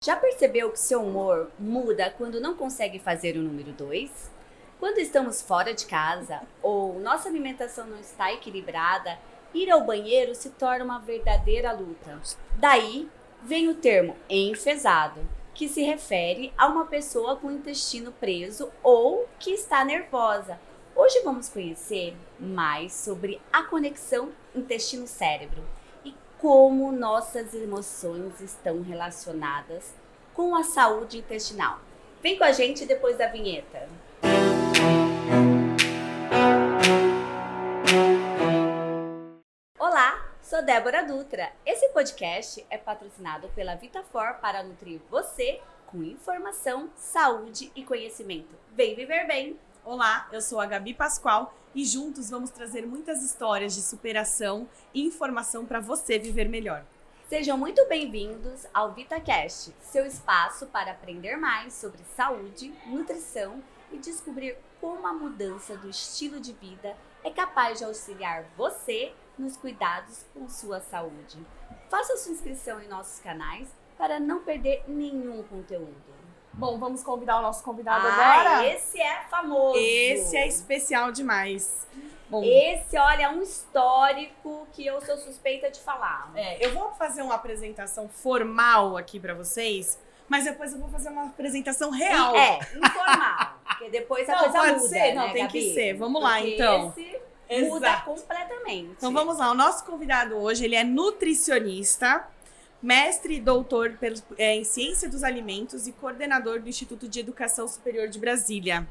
Já percebeu que seu humor muda quando não consegue fazer o número 2? Quando estamos fora de casa ou nossa alimentação não está equilibrada, ir ao banheiro se torna uma verdadeira luta. Daí vem o termo enfesado, que se refere a uma pessoa com o intestino preso ou que está nervosa. Hoje vamos conhecer mais sobre a conexão intestino-cérebro e como nossas emoções estão relacionadas com a saúde intestinal. Vem com a gente depois da vinheta. Olá, sou Débora Dutra. Esse podcast é patrocinado pela Vitafor para nutrir você com informação, saúde e conhecimento. Vem viver bem! Olá, eu sou a Gabi Pascoal e juntos vamos trazer muitas histórias de superação e informação para você viver melhor. Sejam muito bem-vindos ao VitaCast, seu espaço para aprender mais sobre saúde, nutrição e descobrir como a mudança do estilo de vida é capaz de auxiliar você nos cuidados com sua saúde. Faça sua inscrição em nossos canais para não perder nenhum conteúdo. Bom, vamos convidar o nosso convidado agora? Esse é famoso! Esse é especial demais. Bom, esse, olha, é um histórico que eu sou suspeita de falar. Eu vou fazer uma apresentação formal aqui para vocês, mas depois eu vou fazer uma apresentação real. Informal, porque depois a Não, coisa pode muda, ser? Não, né, tem Gabi? que ser. Vamos lá, Porque então. Esse muda Exato. completamente. Então vamos lá, o nosso convidado hoje, ele é nutricionista, mestre e doutor em Ciência dos Alimentos e coordenador do Instituto de Educação Superior de Brasília.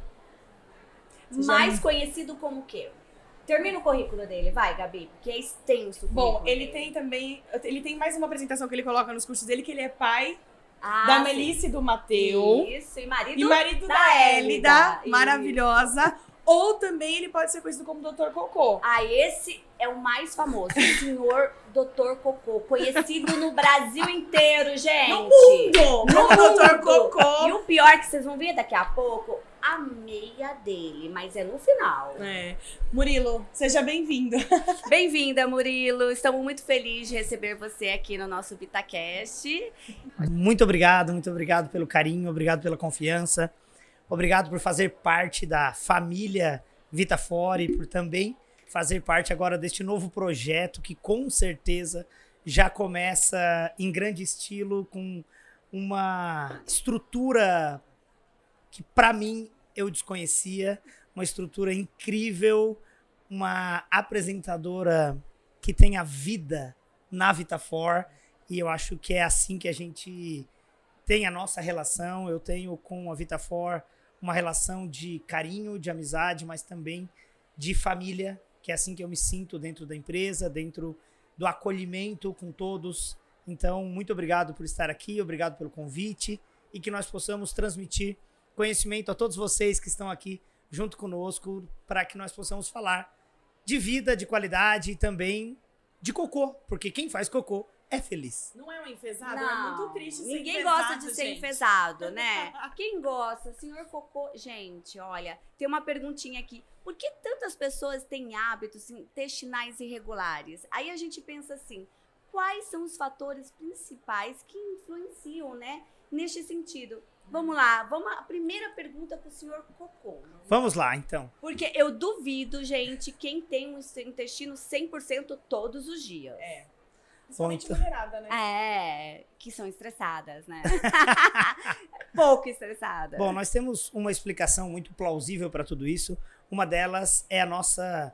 Mais conhecido como o quê? Termina o currículo dele, vai, Gabi, porque é extenso o currículo Bom, ele dele. tem também, ele tem mais uma apresentação que ele coloca nos cursos dele, que ele é pai Ah, da sim. Melissa e do Mateu. Isso, e marido, E marido da Hélida, maravilhosa. Ou também ele pode ser conhecido como Dr. Cocô. Ah, esse é o mais famoso, o senhor Dr. Cocô, conhecido no Brasil inteiro, gente. No mundo! No Como Dr. mundo. Cocô. E o pior que vocês vão ver daqui a pouco, a meia dele, mas é no final. Murilo, seja bem-vindo. Bem-vinda, Murilo. Estamos muito felizes de receber você aqui no nosso VitaCast. Muito obrigado pelo carinho, obrigado pela confiança, obrigado por fazer parte da família Vitafor e por também fazer parte agora deste novo projeto que com certeza já começa em grande estilo, com uma estrutura que para mim eu desconhecia, uma estrutura incrível, uma apresentadora que tem a vida na Vitafor, e eu acho que é assim que a gente tem a nossa relação. Eu tenho com a Vitafor uma relação de carinho, de amizade, mas também de família, que é assim que eu me sinto dentro da empresa, dentro do acolhimento com todos. Então, muito obrigado por estar aqui, obrigado pelo convite e que nós possamos transmitir conhecimento a todos vocês que estão aqui junto conosco para que nós possamos falar de vida, de qualidade e também de cocô, porque quem faz cocô é feliz. Não é um enfesado? Não, É muito triste ser ninguém enfesado, gosta de ser gente. enfesado, né? Quem gosta? Senhor Cocô. Gente, olha, tem uma perguntinha aqui. Por que tantas pessoas têm hábitos intestinais irregulares? Aí a gente pensa assim, quais são os fatores principais que influenciam, né, neste sentido? Vamos lá, a primeira pergunta para o senhor Cocô. Vamos lá, então. Porque eu duvido, gente, quem tem um intestino 100% todos os dias. Principalmente Bom, então. mulherada, né? Que são estressadas, né? Pouco estressadas. Bom, nós temos uma explicação muito plausível para tudo isso. Uma delas é a nossa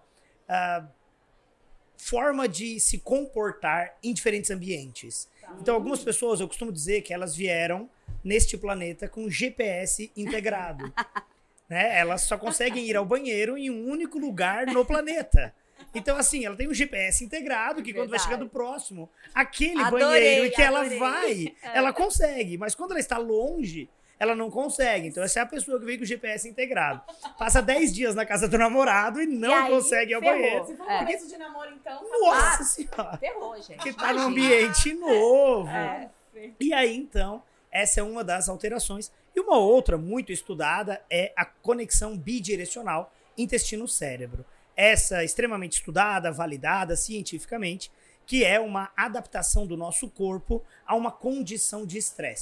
forma de se comportar em diferentes ambientes. Então, algumas pessoas, eu costumo dizer que elas vieram neste planeta com GPS integrado. Né? Elas só conseguem ir ao banheiro em um único lugar no planeta. Então, assim, ela tem um GPS integrado que quando vai chegando próximo, aquele banheiro que ela vai, ela consegue. Mas quando ela está longe, ela não consegue. Então, essa é a pessoa que veio com o GPS integrado. Passa 10 dias na casa do namorado e não aí, consegue ir ao ferrou. banheiro. Se for um começo de namoro, então... Nossa Senhora! Ferrou, gente. Porque tá num Imagina. ambiente novo. Sim. E aí, então, essa é uma das alterações. E uma outra muito estudada é a conexão bidirecional intestino-cérebro. Essa extremamente estudada, validada cientificamente, que é uma adaptação do nosso corpo a uma condição de estresse.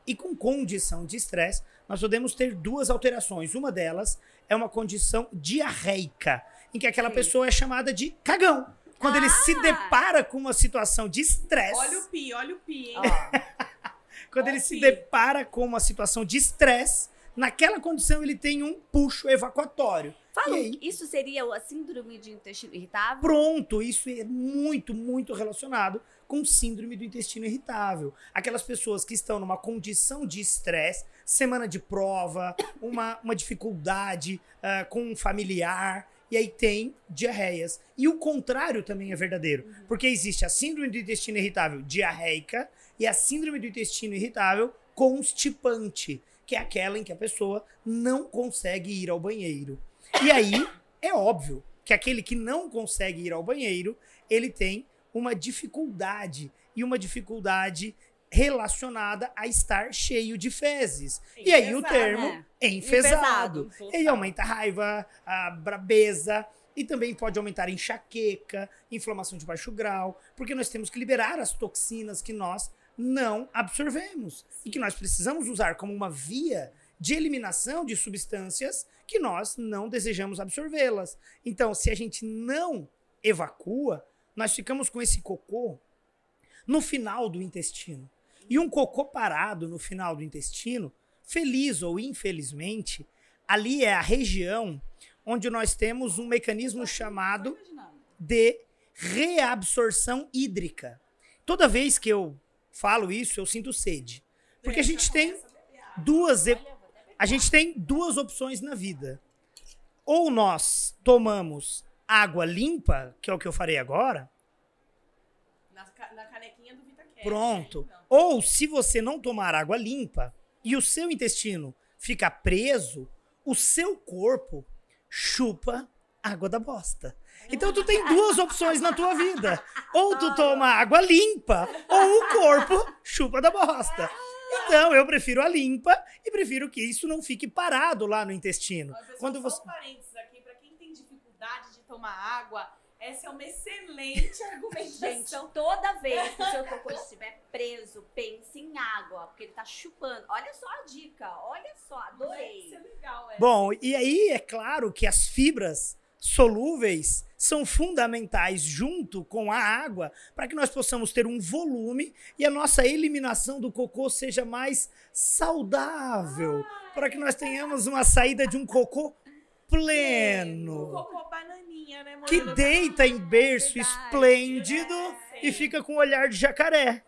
E com condição de estresse, nós podemos ter duas alterações. Uma delas é uma condição diarreica, em que aquela pessoa é chamada de cagão. Quando ele se depara com uma situação de estresse... Olha o pi, hein? Quando ele se depara com uma situação de estresse, naquela condição ele tem um puxo evacuatório. Isso seria a síndrome de intestino irritável? Pronto, isso é muito, muito relacionado com síndrome do intestino irritável. Aquelas pessoas que estão numa condição de estresse, semana de prova, uma dificuldade com um familiar, e aí tem diarreias. E o contrário também é verdadeiro, porque existe a síndrome do intestino irritável diarreica e a síndrome do intestino irritável constipante, que é aquela em que a pessoa não consegue ir ao banheiro. E aí, é óbvio que aquele que não consegue ir ao banheiro, ele tem uma dificuldade, e uma dificuldade relacionada a estar cheio de fezes. E aí o termo enfesado. Ele aumenta a raiva, a brabeza, e também pode aumentar a enxaqueca, inflamação de baixo grau, porque nós temos que liberar as toxinas que nós não absorvemos e que nós precisamos usar como uma via de eliminação de substâncias que nós não desejamos absorvê-las. Então, se a gente não evacua, nós ficamos com esse cocô no final do intestino. E um cocô parado no final do intestino, feliz ou infelizmente, ali é a região onde nós temos um mecanismo chamado de reabsorção hídrica. Toda vez que eu falo isso, eu sinto sede. Porque a gente tem duas opções na vida. Ou nós tomamos água limpa, que é o que eu farei agora. Na canequinha do VitaCare. Pronto. Né? Ou se você não tomar água limpa e o seu intestino fica preso, o seu corpo chupa água da bosta. Então tu tem duas opções na tua vida. Ou tu toma água limpa, ou o corpo chupa da bosta. Então, eu prefiro a limpa e prefiro que isso não fique parado lá no intestino. Quando você... Só um parênteses aqui, pra quem tem dificuldade de tomar água, essa é uma excelente argumentação. Gente, toda vez que o seu cocô estiver preso, pense em água, porque ele tá chupando. Olha só a dica, olha só, adorei. Isso é legal, Bom, e aí é claro que as fibras solúveis são fundamentais junto com a água para que nós possamos ter um volume e a nossa eliminação do cocô seja mais saudável, para que nós tenhamos uma saída de um cocô pleno. Um cocô bananinha, né, que deita em berço esplêndido e fica com o olhar de jacaré.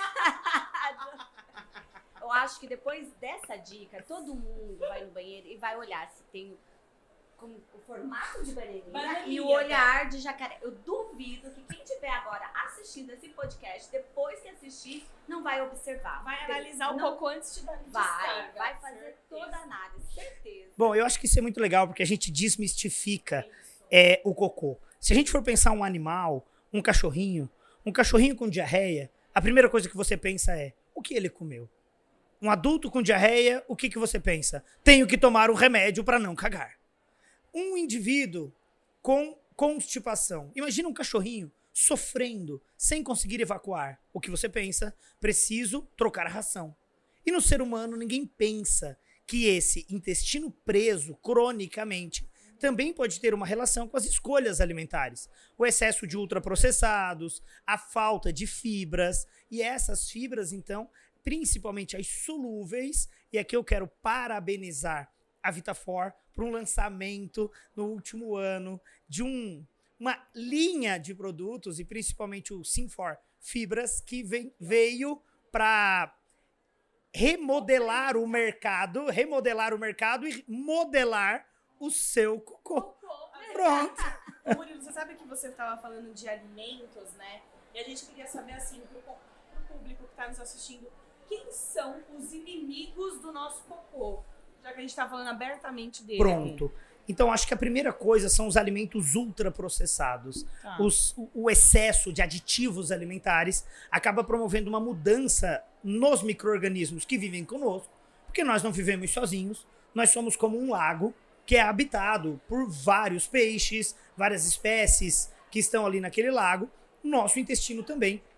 Eu acho que depois dessa dica, todo mundo vai no banheiro e vai olhar se tem como o formato de bananinha e o olhar de jacaré. Eu duvido que quem estiver agora assistindo esse podcast, depois que assistir, não vai observar. Vai analisar o cocô antes de dar Vai fazer toda a análise, certeza. Bom, eu acho que isso é muito legal, porque a gente desmistifica o cocô. Se a gente for pensar um animal, um cachorrinho com diarreia, a primeira coisa que você pensa é, o que ele comeu? Um adulto com diarreia, o que você pensa? Tenho que tomar o remédio para não cagar. Um indivíduo com constipação. Imagina um cachorrinho sofrendo, sem conseguir evacuar. O que você pensa? Preciso trocar a ração. E no ser humano, ninguém pensa que esse intestino preso cronicamente também pode ter uma relação com as escolhas alimentares. O excesso de ultraprocessados, a falta de fibras. E essas fibras, então, principalmente as solúveis, e aqui eu quero parabenizar a Vitafor por um lançamento no último ano de uma linha de produtos, e principalmente o Synfor Fibras, que veio para remodelar o mercado e modelar o seu cocô. Pronto. Ô, Murilo, você sabe que você estava falando de alimentos, né? E a gente queria saber, assim, pro público que está nos assistindo, quem são os inimigos do nosso cocô? Já que a gente tá falando abertamente dele. Pronto. Então, acho que a primeira coisa são os alimentos ultraprocessados. Tá. O excesso de aditivos alimentares acaba promovendo uma mudança nos micro-organismos que vivem conosco, porque nós não vivemos sozinhos, nós somos como um lago que é habitado por vários peixes, várias espécies que estão ali naquele lago. Nosso intestino também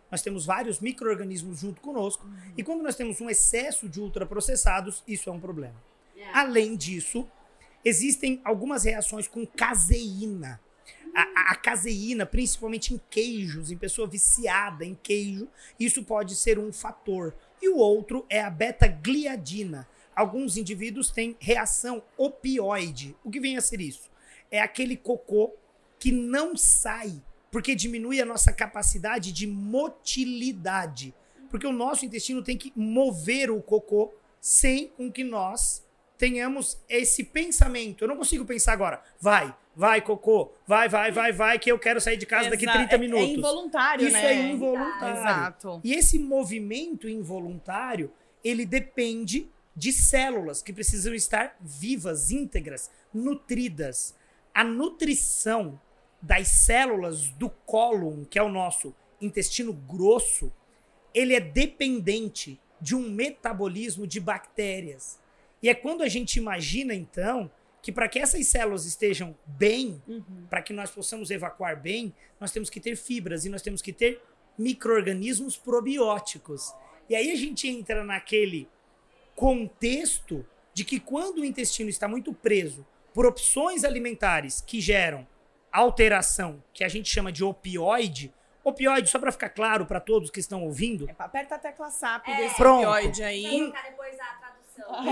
nós temos vários micro-organismos junto conosco, e quando nós temos um excesso de ultraprocessados, isso é um problema. Além disso, existem algumas reações com caseína. A caseína, principalmente em queijos, em pessoa viciada em queijo, isso pode ser um fator. E o outro é a beta-gliadina. Alguns indivíduos têm reação opioide. O que vem a ser isso? É aquele cocô que não sai, porque diminui a nossa capacidade de motilidade. Porque o nosso intestino tem que mover o cocô sem com que nós tenhamos esse pensamento. Eu não consigo pensar agora. Vai, cocô. Vai, que eu quero sair de casa daqui 30 minutos. É involuntário, isso né? Isso é involuntário. Exato. E esse movimento involuntário, ele depende de células que precisam estar vivas, íntegras, nutridas. A nutrição das células do cólon, que é o nosso intestino grosso, ele é dependente de um metabolismo de bactérias. E é quando a gente imagina, então, que para que essas células estejam bem, para que nós possamos evacuar bem, nós temos que ter fibras e nós temos que ter micro-organismos probióticos. E aí a gente entra naquele contexto de que quando o intestino está muito preso por opções alimentares que geram alteração, que a gente chama de opioide, só para ficar claro para todos que estão ouvindo... Aperta a tecla SAP desse pronto. opioide aí. Vai colocar depois a tradução. Um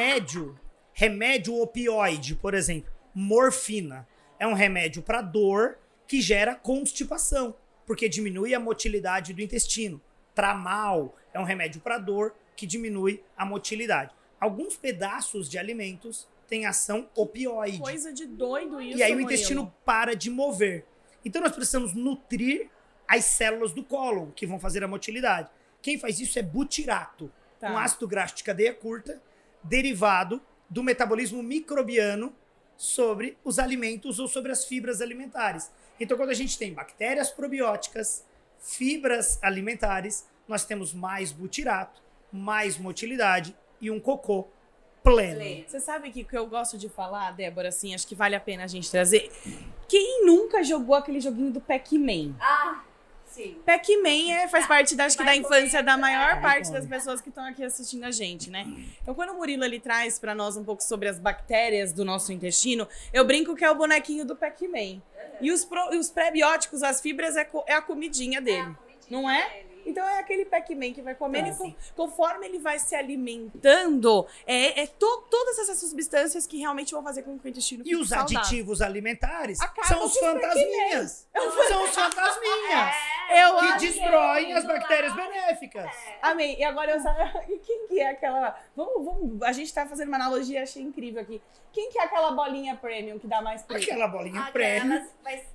remédio opioide, por exemplo, morfina, é um remédio para dor que gera constipação, porque diminui a motilidade do intestino. Tramal é um remédio para dor que diminui a motilidade. Alguns pedaços de alimentos têm ação opioide. Coisa de doido isso, E aí o Murilo. intestino para de mover. Então nós precisamos nutrir as células do cólon, que vão fazer a motilidade. Quem faz isso é butirato, um ácido graxo de cadeia curta, derivado do metabolismo microbiano sobre os alimentos ou sobre as fibras alimentares. Então, quando a gente tem bactérias probióticas, fibras alimentares, nós temos mais butirato, mais motilidade e um cocô pleno. Você sabe que o que eu gosto de falar, Débora, assim, acho que vale a pena a gente trazer. Quem nunca jogou aquele joguinho do Pac-Man? Sim. Pac-Man faz parte, acho que, da infância da maior parte icônico. das pessoas que estão aqui assistindo a gente, né? Então, quando o Murilo ele traz pra nós um pouco sobre as bactérias do nosso intestino, eu brinco que é o bonequinho do Pac-Man. E os pré-bióticos, as fibras, é a comidinha dele, não é? Então é aquele Pac-Man que vai comendo e conforme ele vai se alimentando, todas essas substâncias que realmente vão fazer com que o intestino fique E os saudável. aditivos alimentares Acabam são os com os fantasminhas. São os fantasminhas. Eu Que amei. destroem as bactérias benéficas. Amém. E agora e quem que é aquela... Vamos, a gente tá fazendo uma analogia, achei incrível aqui. Quem que é aquela bolinha premium que dá mais preço? Aquela bolinha premium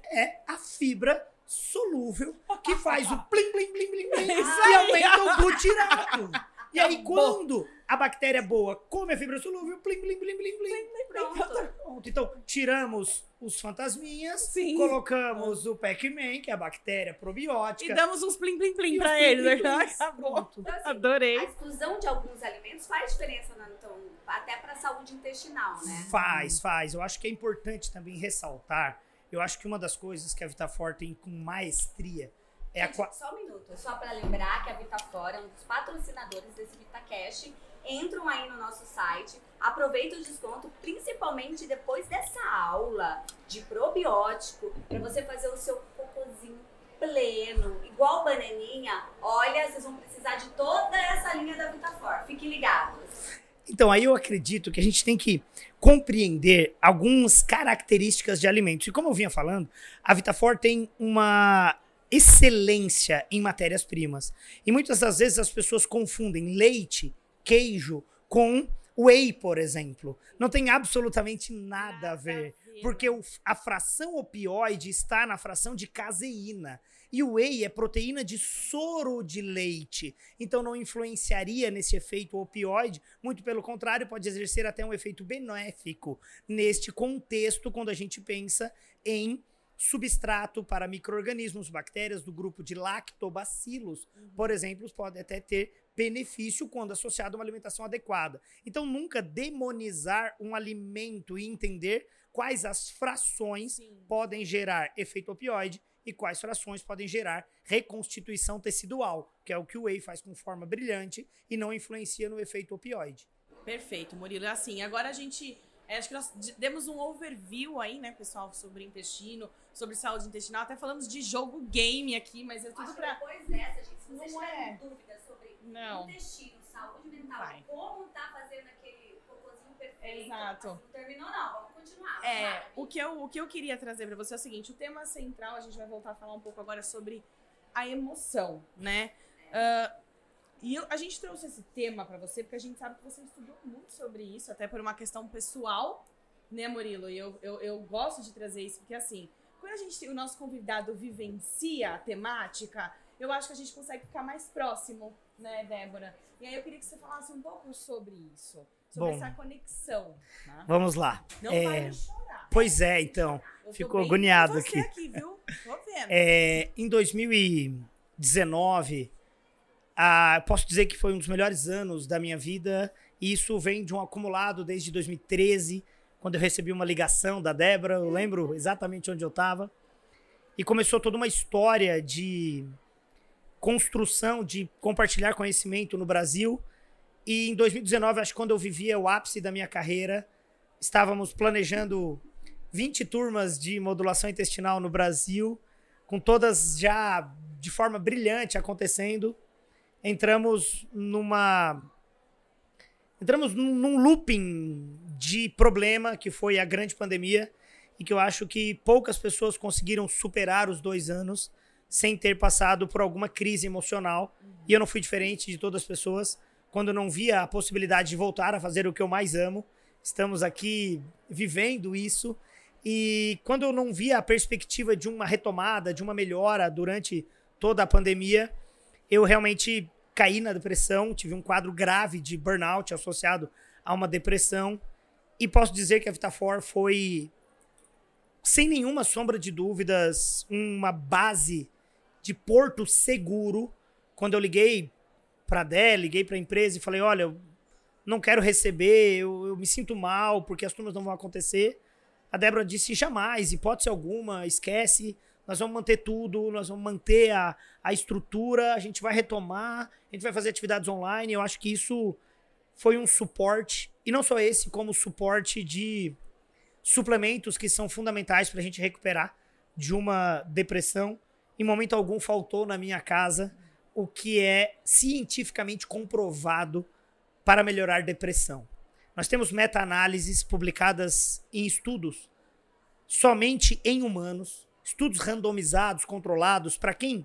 é a fibra solúvel que faz o plim, plim, plim, plim, plim e aumenta o butirato. E aí, quando a bactéria boa come a fibra solúvel, plim, plim, plim, plim, plim, pronto. Então, tiramos os fantasminhas, colocamos o Pac-Man, que é a bactéria probiótica. E damos uns plim-plim-plim E pra os eles. plim-plim-plins. Acabou. Então, assim, Adorei. A exclusão de alguns alimentos faz diferença, né? Então, até para a saúde intestinal, né? Faz. Eu acho que é importante também ressaltar. Eu acho que uma das coisas que a Vitafort tem com maestria é a... Só um minuto, só para lembrar que a Vitafort é um dos patrocinadores desse VitaCast. Entram aí no nosso site, aproveita o desconto, principalmente depois dessa aula de probiótico, para você fazer o seu cocôzinho pleno, igual bananinha. Olha, vocês vão precisar de toda essa linha da Vitafort. Fiquem ligados. Então, aí eu acredito que a gente tem que compreender algumas características de alimentos. E como eu vinha falando, a Vitafort tem uma excelência em matérias-primas. E muitas das vezes as pessoas confundem leite, queijo com whey, por exemplo. Não tem absolutamente nada a ver. Porque a fração opioide está na fração de caseína. E o whey é proteína de soro de leite. Então não influenciaria nesse efeito opioide. Muito pelo contrário, pode exercer até um efeito benéfico neste contexto, quando a gente pensa em substrato para micro-organismos, bactérias do grupo de lactobacilos, por exemplo, podem até ter benefício quando associado a uma alimentação adequada. Então, nunca demonizar um alimento e entender quais as frações podem gerar efeito opioide e quais frações podem gerar reconstituição tecidual, que é o que o whey faz com forma brilhante e não influencia no efeito opioide. Perfeito, Murilo. Assim, agora a gente... acho que nós demos um overview aí, né, pessoal, sobre intestino, sobre saúde intestinal. Até falamos de jogo game aqui, mas é tudo pra... Depois dessa, gente, se vocês Não tiverem dúvidas sobre intestino, saúde mental, como tá fazendo aquele cocôzinho perfeito. Exato. Assim, não terminou não, vamos continuar. O que eu queria trazer pra você é o seguinte, o tema central, a gente vai voltar a falar um pouco agora sobre a emoção, né? A gente trouxe esse tema pra você porque a gente sabe que você estudou muito sobre isso, até por uma questão pessoal, né, Murilo? E eu gosto de trazer isso porque, assim, quando o nosso convidado vivencia a temática, eu acho que a gente consegue ficar mais próximo, né, Débora? E aí eu queria que você falasse um pouco sobre isso, sobre essa conexão. Né? Vamos lá. Não vai chorar. Pois é, então. Ficou agoniado aqui. Aqui, viu? Tô vendo. Em 2019... posso dizer que foi um dos melhores anos da minha vida, e isso vem de um acumulado desde 2013, quando eu recebi uma ligação da Débora, eu lembro exatamente onde eu estava, e começou toda uma história de construção, de compartilhar conhecimento no Brasil, e em 2019, acho que quando eu vivia o ápice da minha carreira, estávamos planejando 20 turmas de modulação intestinal no Brasil, com todas já de forma brilhante acontecendo. Entramos num looping de problema, que foi a grande pandemia, e que eu acho que poucas pessoas conseguiram superar os 2 anos sem ter passado por alguma crise emocional. E eu não fui diferente de todas as pessoas. Quando eu não via a possibilidade de voltar a fazer o que eu mais amo, estamos aqui vivendo isso. E quando eu não via a perspectiva de uma retomada, de uma melhora durante toda a pandemia, eu realmente caí na depressão, tive um quadro grave de burnout associado a uma depressão, e posso dizer que a Vitafor foi, sem nenhuma sombra de dúvidas, uma base de porto seguro. Quando eu liguei para a Dé, liguei para a empresa e falei, olha, eu não quero receber, eu me sinto mal porque as turmas não vão acontecer. A Débora disse, jamais, hipótese alguma, esquece, nós vamos manter tudo, nós vamos manter a estrutura, a gente vai retomar, a gente vai fazer atividades online. Eu acho que isso foi um suporte, e não só esse, como suporte de suplementos que são fundamentais para a gente recuperar de uma depressão. Em momento algum faltou na minha casa o que é cientificamente comprovado para melhorar depressão. Nós temos meta-análises publicadas em estudos somente em humanos, estudos randomizados, controlados. Para quem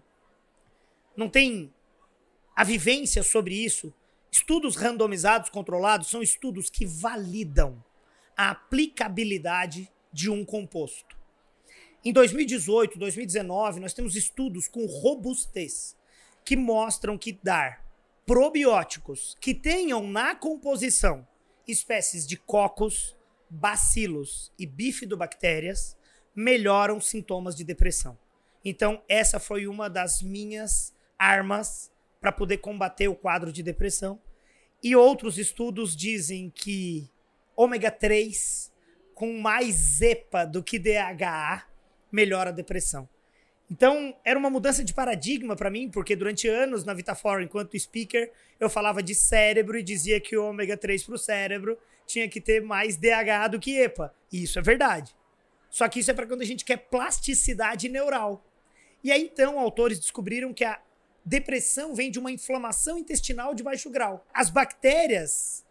não tem a vivência sobre isso, estudos randomizados, controlados, são estudos que validam a aplicabilidade de um composto. Em 2018, 2019, nós temos estudos com robustez que mostram que dar probióticos que tenham na composição espécies de cocos, bacilos e bifidobactérias melhoram sintomas de depressão. Então, essa foi uma das minhas armas para poder combater o quadro de depressão. E outros estudos dizem que ômega 3 com mais EPA do que DHA melhora a depressão. Então, era uma mudança de paradigma para mim, porque durante anos na Vitafor, enquanto speaker, eu falava de cérebro e dizia que o ômega 3 para o cérebro tinha que ter mais DHA do que EPA. E isso é verdade. Só que isso é para quando a gente quer plasticidade neural. E aí, então, autores descobriram que a depressão vem de uma inflamação intestinal de baixo grau. As bactérias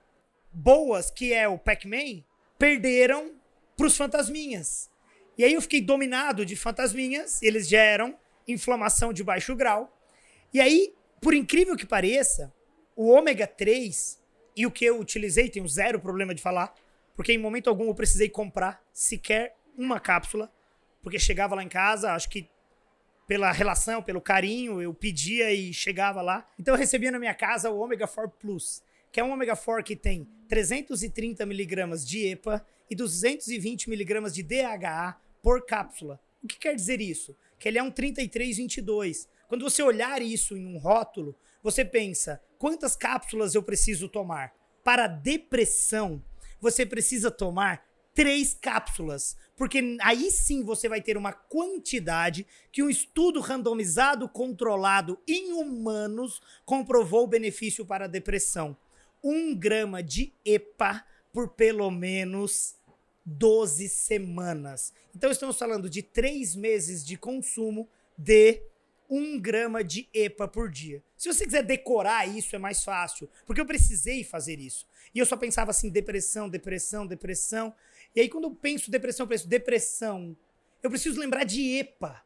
boas, que é o Pac-Man, perderam para os fantasminhas. E aí eu fiquei dominado de fantasminhas, eles geram inflamação de baixo grau. E aí, por incrível que pareça, o ômega 3 e o que eu utilizei, tenho zero problema de falar, porque em momento algum eu precisei comprar sequer uma cápsula, porque chegava lá em casa, acho que pela relação, pelo carinho, eu pedia e chegava lá. Então eu recebia na minha casa o ômega 4 Plus, que é um ômega 4 que tem 330 miligramas de EPA e 220 miligramas de DHA por cápsula. O que quer dizer isso? Que ele é um 33-22. Quando você olhar isso em um rótulo, você pensa, quantas cápsulas eu preciso tomar? Para depressão, você precisa tomar 3 cápsulas, porque aí sim você vai ter uma quantidade que um estudo randomizado controlado em humanos comprovou o benefício para a depressão. 1 grama de EPA por pelo menos 12 semanas. Então estamos falando de 3 meses de consumo de 1 grama de EPA por dia. Se você quiser decorar isso, é mais fácil, porque eu precisei fazer isso. E eu só pensava assim, depressão. E aí, quando eu penso depressão, eu preciso lembrar de EPA.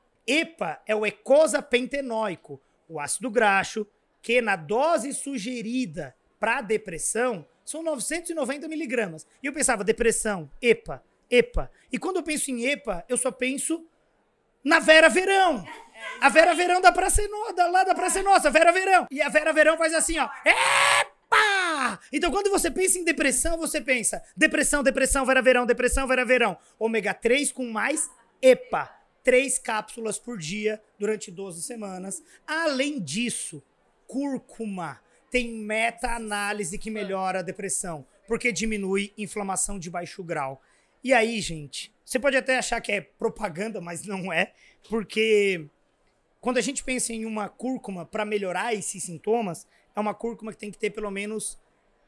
EPA é o eicosapentaenoico, o ácido graxo, que na dose sugerida para depressão são 990 miligramas. E eu pensava, depressão, EPA. E quando eu penso em EPA, eu só penso na Vera Verão. A Vera Verão da Praça Nossa, Vera Verão. E a Vera Verão faz assim, ó. EPA! Então, quando você pensa em depressão, você pensa depressão, Vera Verão. Ômega 3 com mais EPA. 3 cápsulas por dia durante 12 semanas. Além disso, cúrcuma tem meta-análise que melhora a depressão, porque diminui inflamação de baixo grau. E aí, gente, você pode até achar que é propaganda, mas não é, porque quando a gente pensa em uma cúrcuma para melhorar esses sintomas, é uma cúrcuma que tem que ter pelo menos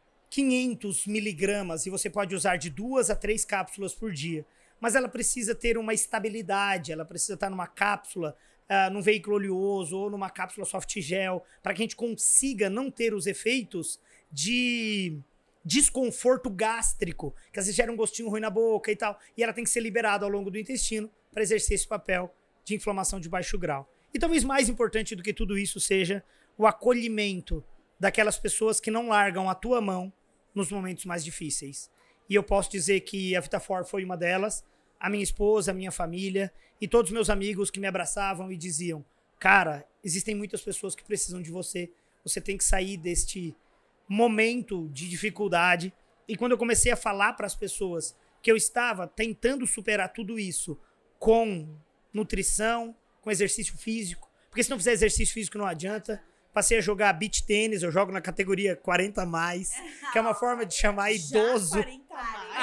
500 miligramas e você pode usar de 2 a 3 cápsulas por dia. Mas ela precisa ter uma estabilidade, ela precisa estar numa cápsula, num veículo oleoso ou numa cápsula soft gel, para que a gente consiga não ter os efeitos de desconforto gástrico, que às vezes gera um gostinho ruim na boca e tal. E ela tem que ser liberada ao longo do intestino para exercer esse papel de inflamação de baixo grau. E talvez mais importante do que tudo isso seja o acolhimento daquelas pessoas que não largam a tua mão nos momentos mais difíceis. E eu posso dizer que a Vitafor foi uma delas, a minha esposa, a minha família e todos os meus amigos que me abraçavam e diziam, cara, existem muitas pessoas que precisam de você, você tem que sair deste momento de dificuldade. E quando eu comecei a falar para as pessoas que eu estava tentando superar tudo isso com nutrição, com exercício físico, porque se não fizer exercício físico não adianta. Passei a jogar beach tênis, eu jogo na categoria 40 mais, que é uma forma de chamar idoso. 40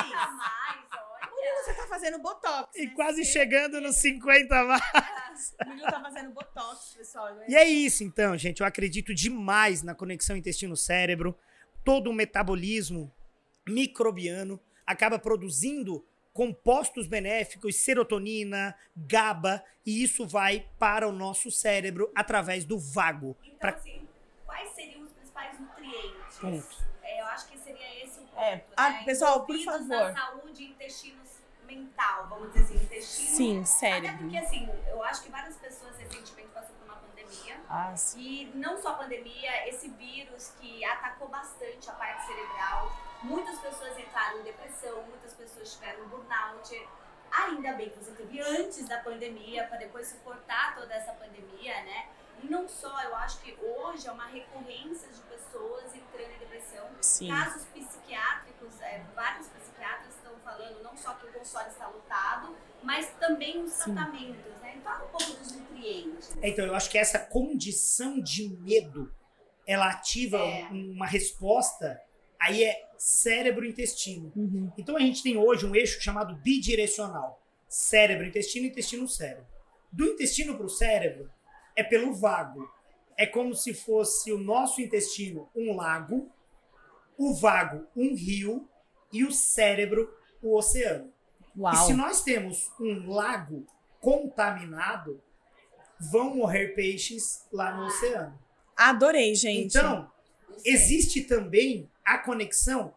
mais, olha. Murilo, você tá fazendo botox, E né? quase chegando nos 50 mais. Murilo tá fazendo botox, pessoal. E é isso, então, gente. Eu acredito demais na conexão intestino-cérebro. Todo o metabolismo microbiano acaba produzindo compostos benéficos, serotonina, GABA, e isso vai para o nosso cérebro através do vago. Então, assim, quais seriam os principais nutrientes? Ponto. Eu acho que seria esse o ponto, né? Pessoal, por Envolvidos favor. na saúde e intestinos mental, vamos dizer assim, intestino. Sim, Até cérebro. porque, assim, eu acho que várias pessoas recentemente passaram por uma pandemia. Sim. E não só a pandemia, esse vírus que atacou bastante a parte cerebral. Muitas pessoas entraram em depressão, muitas pessoas tiveram burnout. Ainda bem que você teve antes da pandemia, para depois suportar toda essa pandemia, né? E não só, eu acho que hoje é uma recorrência de pessoas entrando em depressão. Sim. Casos psiquiátricos, vários psiquiatras estão falando não só que o consultório está lotado, mas também os tratamentos, né? Fala um pouco dos nutrientes. Então, eu acho que essa condição de medo, ela ativa uma resposta, aí é cérebro-intestino. Então, a gente tem hoje um eixo chamado bidirecional. Cérebro-intestino, intestino-cérebro. Do intestino para o cérebro, é pelo vago. É como se fosse o nosso intestino um lago, o vago um rio e o cérebro o oceano. Uau. E se nós temos um lago contaminado, vão morrer peixes lá no oceano. Adorei, gente. Então, existe também a conexão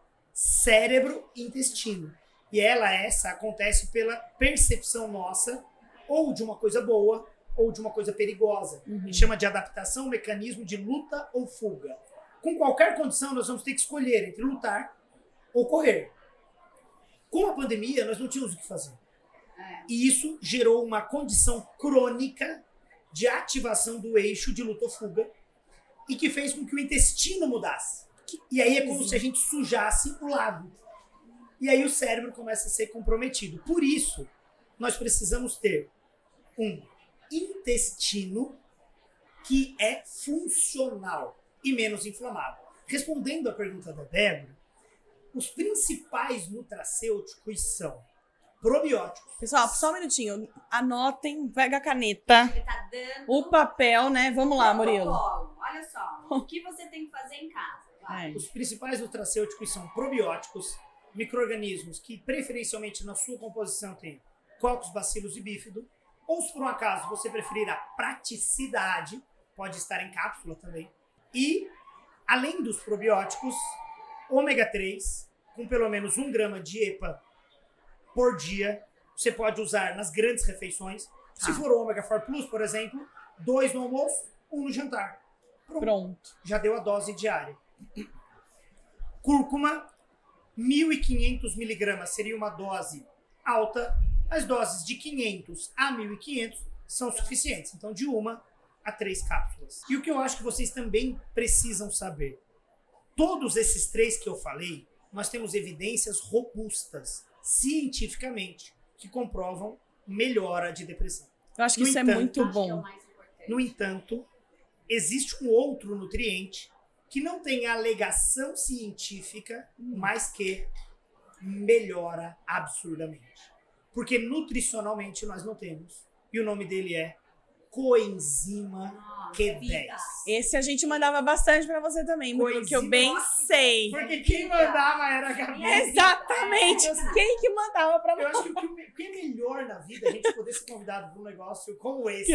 cérebro-intestino. E essa acontece pela percepção nossa ou de uma coisa boa ou de uma coisa perigosa. A gente chama de adaptação, mecanismo de luta ou fuga. Com qualquer condição, nós vamos ter que escolher entre lutar ou correr. Com a pandemia, nós não tínhamos o que fazer. E isso gerou uma condição crônica de ativação do eixo de luta ou fuga e que fez com que o intestino mudasse. E aí é como se a gente sujasse o lago. E aí o cérebro começa a ser comprometido. Por isso, nós precisamos ter um intestino que é funcional e menos inflamado. Respondendo à pergunta da Débora, Os principais nutracêuticos são probióticos. Pessoal, só um minutinho. Anotem, pega a caneta, Ele tá dando o papel, né? Vamos lá, Murilo. protocolo. Olha só, o que você tem que fazer em casa. Vai. É. Os principais nutracêuticos são probióticos, micro-organismos que preferencialmente na sua composição tem cocos, bacilos e bífido. Ou se por um acaso você preferir a praticidade, pode estar em cápsula também. E, além dos probióticos, ômega 3, com pelo menos 1 grama de EPA por dia, você pode usar nas grandes refeições. Se for o ômega 4 Plus, por exemplo, 2 no almoço, 1 no jantar. Pronto. Já deu a dose diária. Cúrcuma, 1.500 miligramas seria uma dose alta. As doses de 500 a 1.500 são suficientes. Então, de 1 a 3 cápsulas. E o que eu acho que vocês também precisam saber. Todos esses 3 que eu falei, nós temos evidências robustas, cientificamente, que comprovam melhora de depressão. Eu acho que No isso entanto, é muito Acho que é o bom. mais importante. No entanto, existe um outro nutriente que não tem alegação científica, mas que melhora absurdamente. Porque nutricionalmente nós não temos. E o nome dele é coenzima Q10. Esse a gente mandava bastante pra você também, Murilo, que eu bem sei. Porque quem mandava era a Gabi. Exatamente. Quem que mandava pra Eu você? acho que o que é melhor na vida é a gente poder ser convidado para um negócio como esse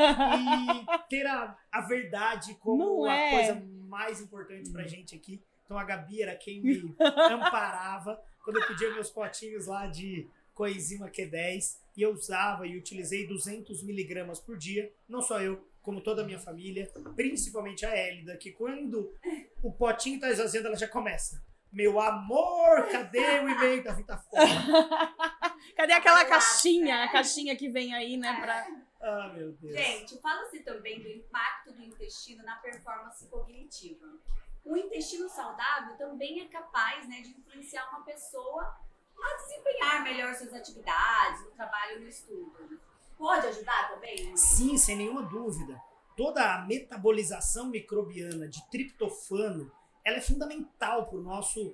e ter a verdade como Não a é? coisa mais importante pra gente aqui. Então a Gabi era quem me amparava quando eu pedia meus potinhos lá de coenzima Q10 e eu usava e utilizei 200 miligramas por dia. Não só eu, como toda a minha família, principalmente a Hélida, que quando o potinho tá esvaziando, ela já começa. Meu amor, cadê o e-mail da Vita Fora? Cadê aquela caixinha? A caixinha que vem aí, né? Pra... Ah, meu Deus. Gente, fala-se também do impacto do intestino na performance cognitiva. O intestino saudável também é capaz, né, de influenciar uma pessoa a desempenhar melhor suas atividades, no trabalho e no estudo. Pode ajudar também? Sim, sem nenhuma dúvida. Toda a metabolização microbiana de triptofano, ela é fundamental para o nosso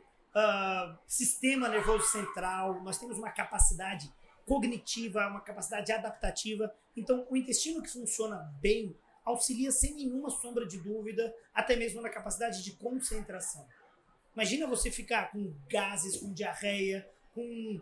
sistema nervoso central. Nós temos uma capacidade cognitiva, uma capacidade adaptativa. Então, o intestino que funciona bem auxilia sem nenhuma sombra de dúvida, até mesmo na capacidade de concentração. Imagina você ficar com gases, com diarreia, com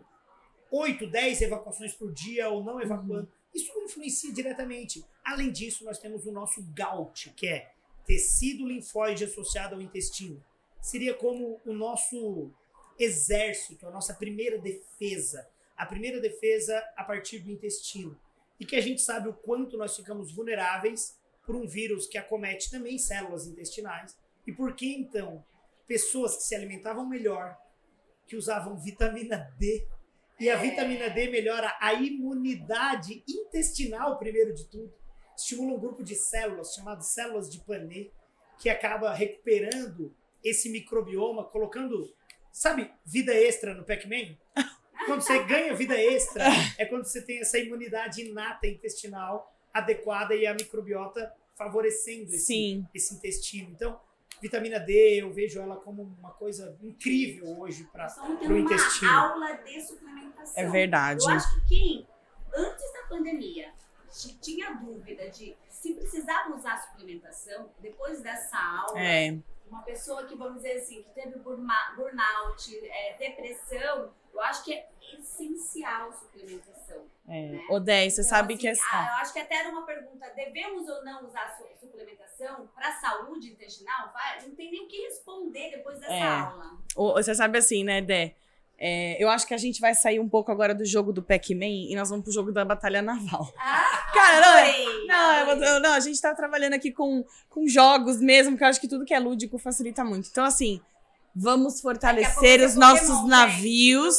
8, 10 evacuações por dia ou não evacuando. Isso influencia diretamente. Além disso, nós temos o nosso GALT, que é tecido linfóide associado ao intestino. Seria como o nosso exército, a nossa primeira defesa. A primeira defesa a partir do intestino. E que a gente sabe o quanto nós ficamos vulneráveis por um vírus que acomete também células intestinais. E por que, então, pessoas que se alimentavam melhor, que usavam vitamina D, e a vitamina D melhora a imunidade intestinal, primeiro de tudo, estimula um grupo de células, chamadas células de Panet, que acaba recuperando esse microbioma, colocando, sabe, vida extra no Pac-Man? Quando você ganha vida extra, é quando você tem essa imunidade inata intestinal adequada e a microbiota favorecendo esse intestino. Então, vitamina D, eu vejo ela como uma coisa incrível hoje para o intestino. Uma aula de suplementação. É verdade. Eu acho que quem, antes da pandemia, tinha dúvida de se precisava usar suplementação, depois dessa aula, uma pessoa que, vamos dizer assim, que teve burnout, depressão, eu acho que é essencial suplementação. Né? Odé, você Então, sabe assim, que é... eu acho que até era uma pergunta, devemos ou não usar suplementação para a saúde intestinal? Não tem nem o que responder depois dessa aula. Você sabe assim, né, Dé? Eu acho que a gente vai sair um pouco agora do jogo do Pac-Man e nós vamos pro jogo da Batalha Naval. Cara, não, a gente tá trabalhando aqui com jogos mesmo, que eu acho que tudo que é lúdico facilita muito. Então, assim, vamos fortalecer os nossos navios.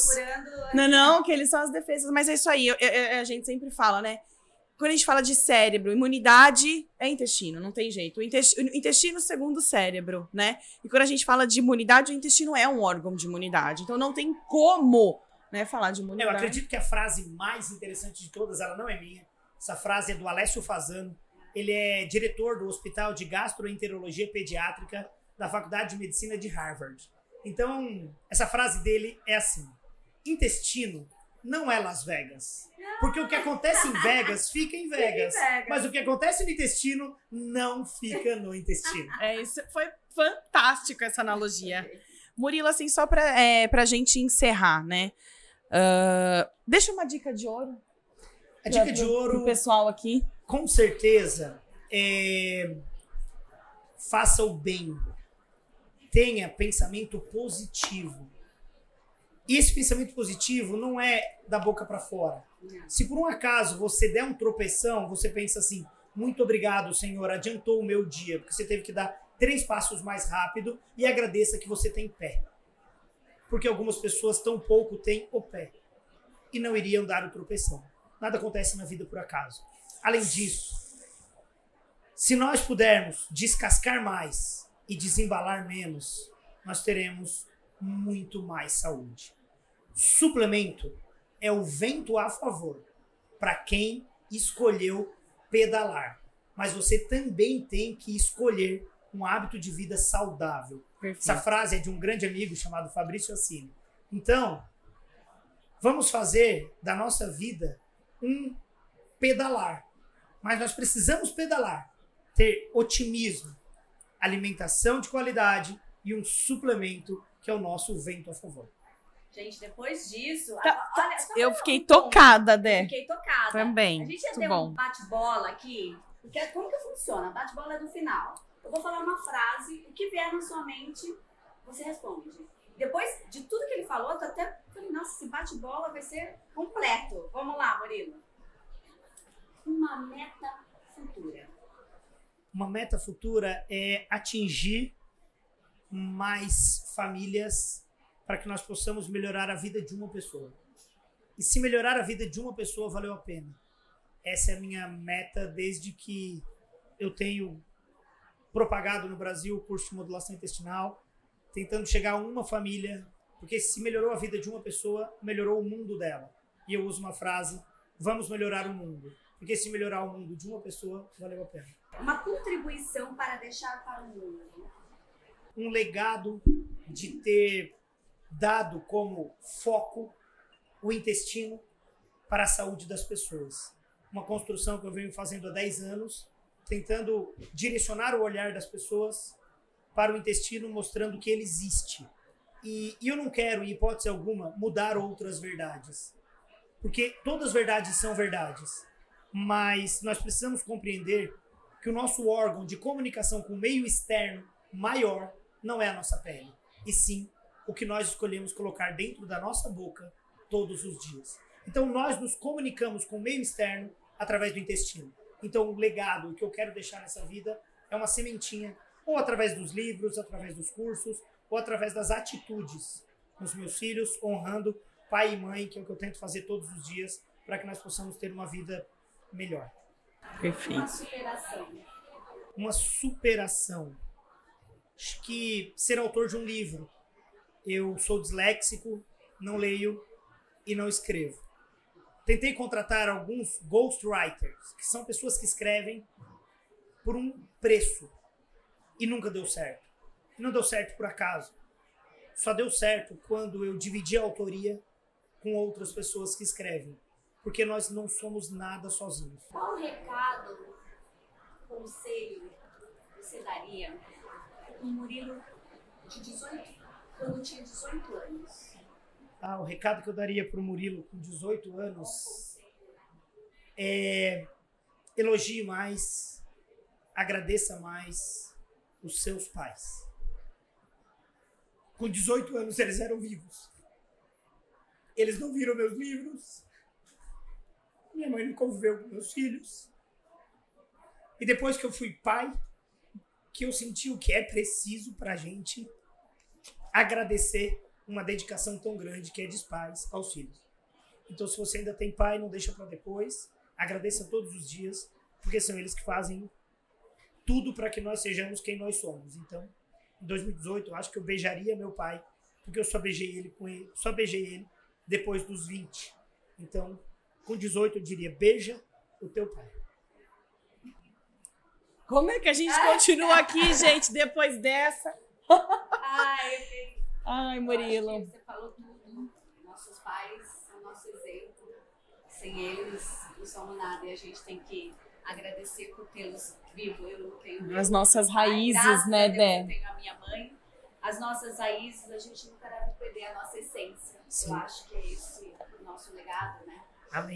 Não, que eles são as defesas. Mas é isso aí, a gente sempre fala, né? Quando a gente fala de cérebro, imunidade é intestino, não tem jeito. O intestino segundo o cérebro, né? E quando a gente fala de imunidade, o intestino é um órgão de imunidade. Então não tem como, né, falar de imunidade. Eu acredito que a frase mais interessante de todas, ela não é minha. Essa frase é do Alessio Fasano. Ele é diretor do Hospital de Gastroenterologia Pediátrica da Faculdade de Medicina de Harvard. Então, essa frase dele é assim: intestino não é Las Vegas. Porque o que acontece em Vegas fica em Vegas. Mas o que acontece no intestino não fica no intestino. Isso foi fantástico, essa analogia. Murilo, assim, só pra gente encerrar, né? Deixa uma dica de ouro. A dica de ouro, pro pessoal aqui. Com certeza, faça o bem. Tenha pensamento positivo. E esse pensamento positivo não é da boca para fora. Se por um acaso você der um tropeção, você pensa assim: muito obrigado, Senhor, adiantou o meu dia, porque você teve que dar 3 passos mais rápido, e agradeça que você tem pé. Porque algumas pessoas tão pouco têm o pé e não iriam dar o tropeção. Nada acontece na vida por acaso. Além disso, se nós pudermos descascar mais e desembalar menos, nós teremos muito mais saúde. Suplemento é o vento a favor para quem escolheu pedalar. Mas você também tem que escolher um hábito de vida saudável. Perfeito. Essa frase é de um grande amigo chamado Fabrício Assini. Então, vamos fazer da nossa vida um pedalar. Mas nós precisamos pedalar, ter otimismo, alimentação de qualidade e um suplemento que é o nosso vento a favor. Gente, depois disso... Olha, eu fiquei tocada, Dé. Fiquei tocada. Também. A gente ia ter um bate-bola aqui. Porque como que funciona? Bate-bola é no final. Eu vou falar uma frase, o que vier na sua mente, você responde. Depois de tudo que ele falou, eu até falei, nossa, esse bate-bola vai ser completo. Vamos lá, Murilo. Uma meta futura. Uma meta futura é atingir mais famílias para que nós possamos melhorar a vida de uma pessoa. E se melhorar a vida de uma pessoa, valeu a pena. Essa é a minha meta desde que eu tenho propagado no Brasil o curso de modulação intestinal, tentando chegar a uma família, porque se melhorou a vida de uma pessoa, melhorou o mundo dela. E eu uso uma frase: vamos melhorar o mundo. Porque se melhorar o mundo de uma pessoa, valeu a pena. Uma contribuição para deixar para o mundo. Um legado de ter dado como foco o intestino para a saúde das pessoas. Uma construção que eu venho fazendo há 10 anos, tentando direcionar o olhar das pessoas para o intestino, mostrando que ele existe. E eu não quero, em hipótese alguma, mudar outras verdades. Porque todas as verdades são verdades. Mas nós precisamos compreender que o nosso órgão de comunicação com o meio externo maior não é a nossa pele, e sim o que nós escolhemos colocar dentro da nossa boca todos os dias. Então nós nos comunicamos com o meio externo através do intestino. Então o legado que eu quero deixar nessa vida é uma sementinha, ou através dos livros, através dos cursos, ou através das atitudes com os meus filhos, honrando pai e mãe, que é o que eu tento fazer todos os dias, para que nós possamos ter uma vida melhor. Perfeito. Uma superação. Uma superação. Acho que ser autor de um livro. Eu sou disléxico, não leio e não escrevo. Tentei contratar alguns ghostwriters, que são pessoas que escrevem por um preço, e nunca deu certo. Não deu certo por acaso. Só deu certo quando eu dividi a autoria com outras pessoas que escrevem, porque nós não somos nada sozinhos. Qual recado, conselho você daria para um Murilo de 18, quando tinha 18 anos? O recado que eu daria para o Murilo com 18 anos é: elogie mais, agradeça mais os seus pais. Com 18 anos eles eram vivos. Eles não viram meus livros. Minha mãe não conviveu com meus filhos. E depois que eu fui pai, que eu senti o que é preciso para a gente agradecer uma dedicação tão grande que é de pais aos filhos. Então, se você ainda tem pai, não deixa para depois. Agradeça todos os dias, porque são eles que fazem tudo para que nós sejamos quem nós somos. Então, em 2018, eu acho que eu beijaria meu pai, porque eu só beijei ele depois dos 20. Então, com 18, eu diria: beija o teu pai. Como é que a gente continua aqui, gente, depois dessa? Ai, Murilo. Você falou tudo. Nossos pais são nosso exemplo. Sem eles, não somos nada. E a gente tem que agradecer por tê-los vivos. Eu tenho As nossas raízes, graças né, a Deus, Dé? eu tenho a minha mãe. As nossas raízes, a gente nunca deve perder a nossa essência. Sim. Eu acho que é esse o nosso legado, né? Amém.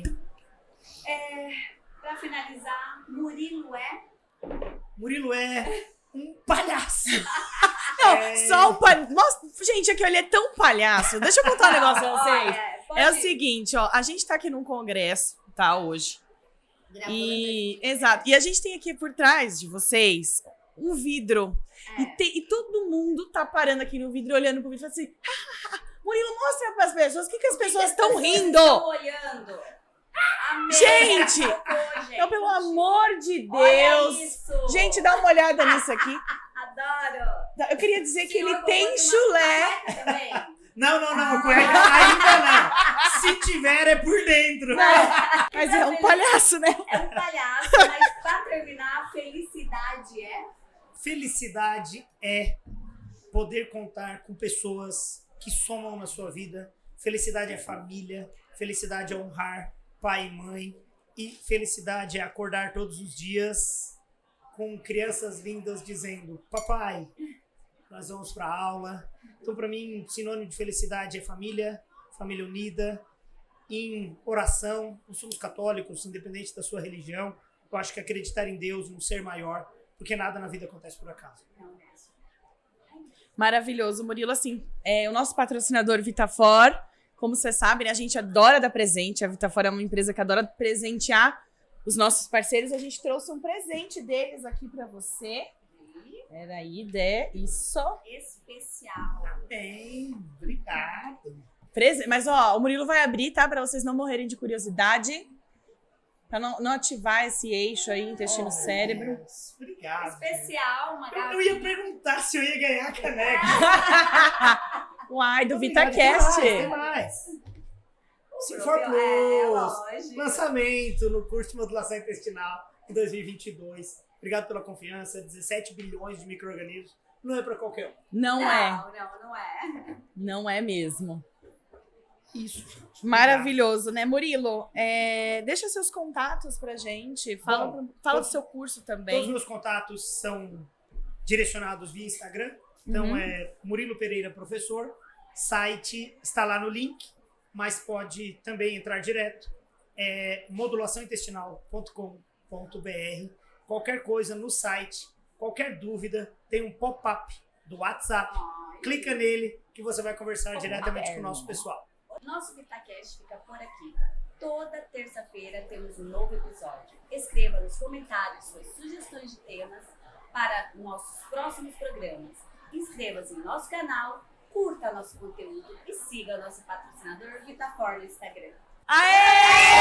Pra finalizar, Murilo é... Murilo é um palhaço. Não, só o palhaço. Nossa, gente, aqui ele é tão palhaço. Deixa eu contar um negócio pra vocês. É o seguinte, ó. A gente tá aqui num congresso, tá, hoje. Exato. E a gente tem aqui por trás de vocês um vidro. E todo mundo tá parando aqui no vidro, olhando pro vidro e falando assim... Murilo, mostra pras pessoas. O que as pessoas estão rindo? Estão olhando. Amém. Gente! Gente! Então, pelo amor de Olha Deus. isso. Gente, dá uma olhada nisso aqui. Adoro. Eu queria dizer que ele Senhor, tem uma chulé. caneca também. Não, cueca ainda não. Se tiver, é por dentro. Mas é um palhaço, né? É um palhaço, mas pra terminar, felicidade é... Felicidade é poder contar com pessoas que somam na sua vida. Felicidade é família. Felicidade é honrar pai e mãe. E felicidade é acordar todos os dias com crianças lindas dizendo: papai, nós vamos para aula. Então, para mim, sinônimo de felicidade é família, família unida, em oração. Nós somos católicos, independente da sua religião. Eu acho que acreditar em Deus, num ser maior, porque nada na vida acontece por acaso. Maravilhoso, Murilo. Assim, o nosso patrocinador Vitafor, como você sabe, né, a gente adora dar presente. A Vitafor é uma empresa que adora presentear os nossos parceiros. A gente trouxe um presente deles aqui para você. Peraí, Dé, isso. Especial. Bem, obrigado. Mas, ó, o Murilo vai abrir, tá? Pra vocês não morrerem de curiosidade. Pra não ativar esse eixo aí, intestino-cérebro. Deus, obrigado. Especial, uma Eu ia perguntar se eu ia ganhar a caneca. Uai, do Obrigado, VitaCast. tem mais. Sinfor Plus, lançamento no curso de modulação intestinal em 2022. Obrigado pela confiança. 17 bilhões de micro-organismos. Não é pra qualquer um. Não é. Não é. Não é mesmo. Isso, gente. Maravilhoso, né? Murilo, deixa seus contatos pra gente. Fala do seu curso também. Todos os meus contatos são direcionados via Instagram. Então é Murilo Pereira Professor. Site está lá no link, mas pode também entrar direto. É modulaçãointestinal.com.br. Qualquer coisa no site, qualquer dúvida, tem um pop-up do WhatsApp. Clica nele que você vai conversar diretamente com o nosso pessoal. O nosso VitaCast fica por aqui. Toda terça-feira temos um novo episódio. Escreva nos comentários suas sugestões de temas para nossos próximos programas. Inscreva-se no nosso canal, curta nosso conteúdo e siga o nosso patrocinador Vitafor no Instagram. Aê!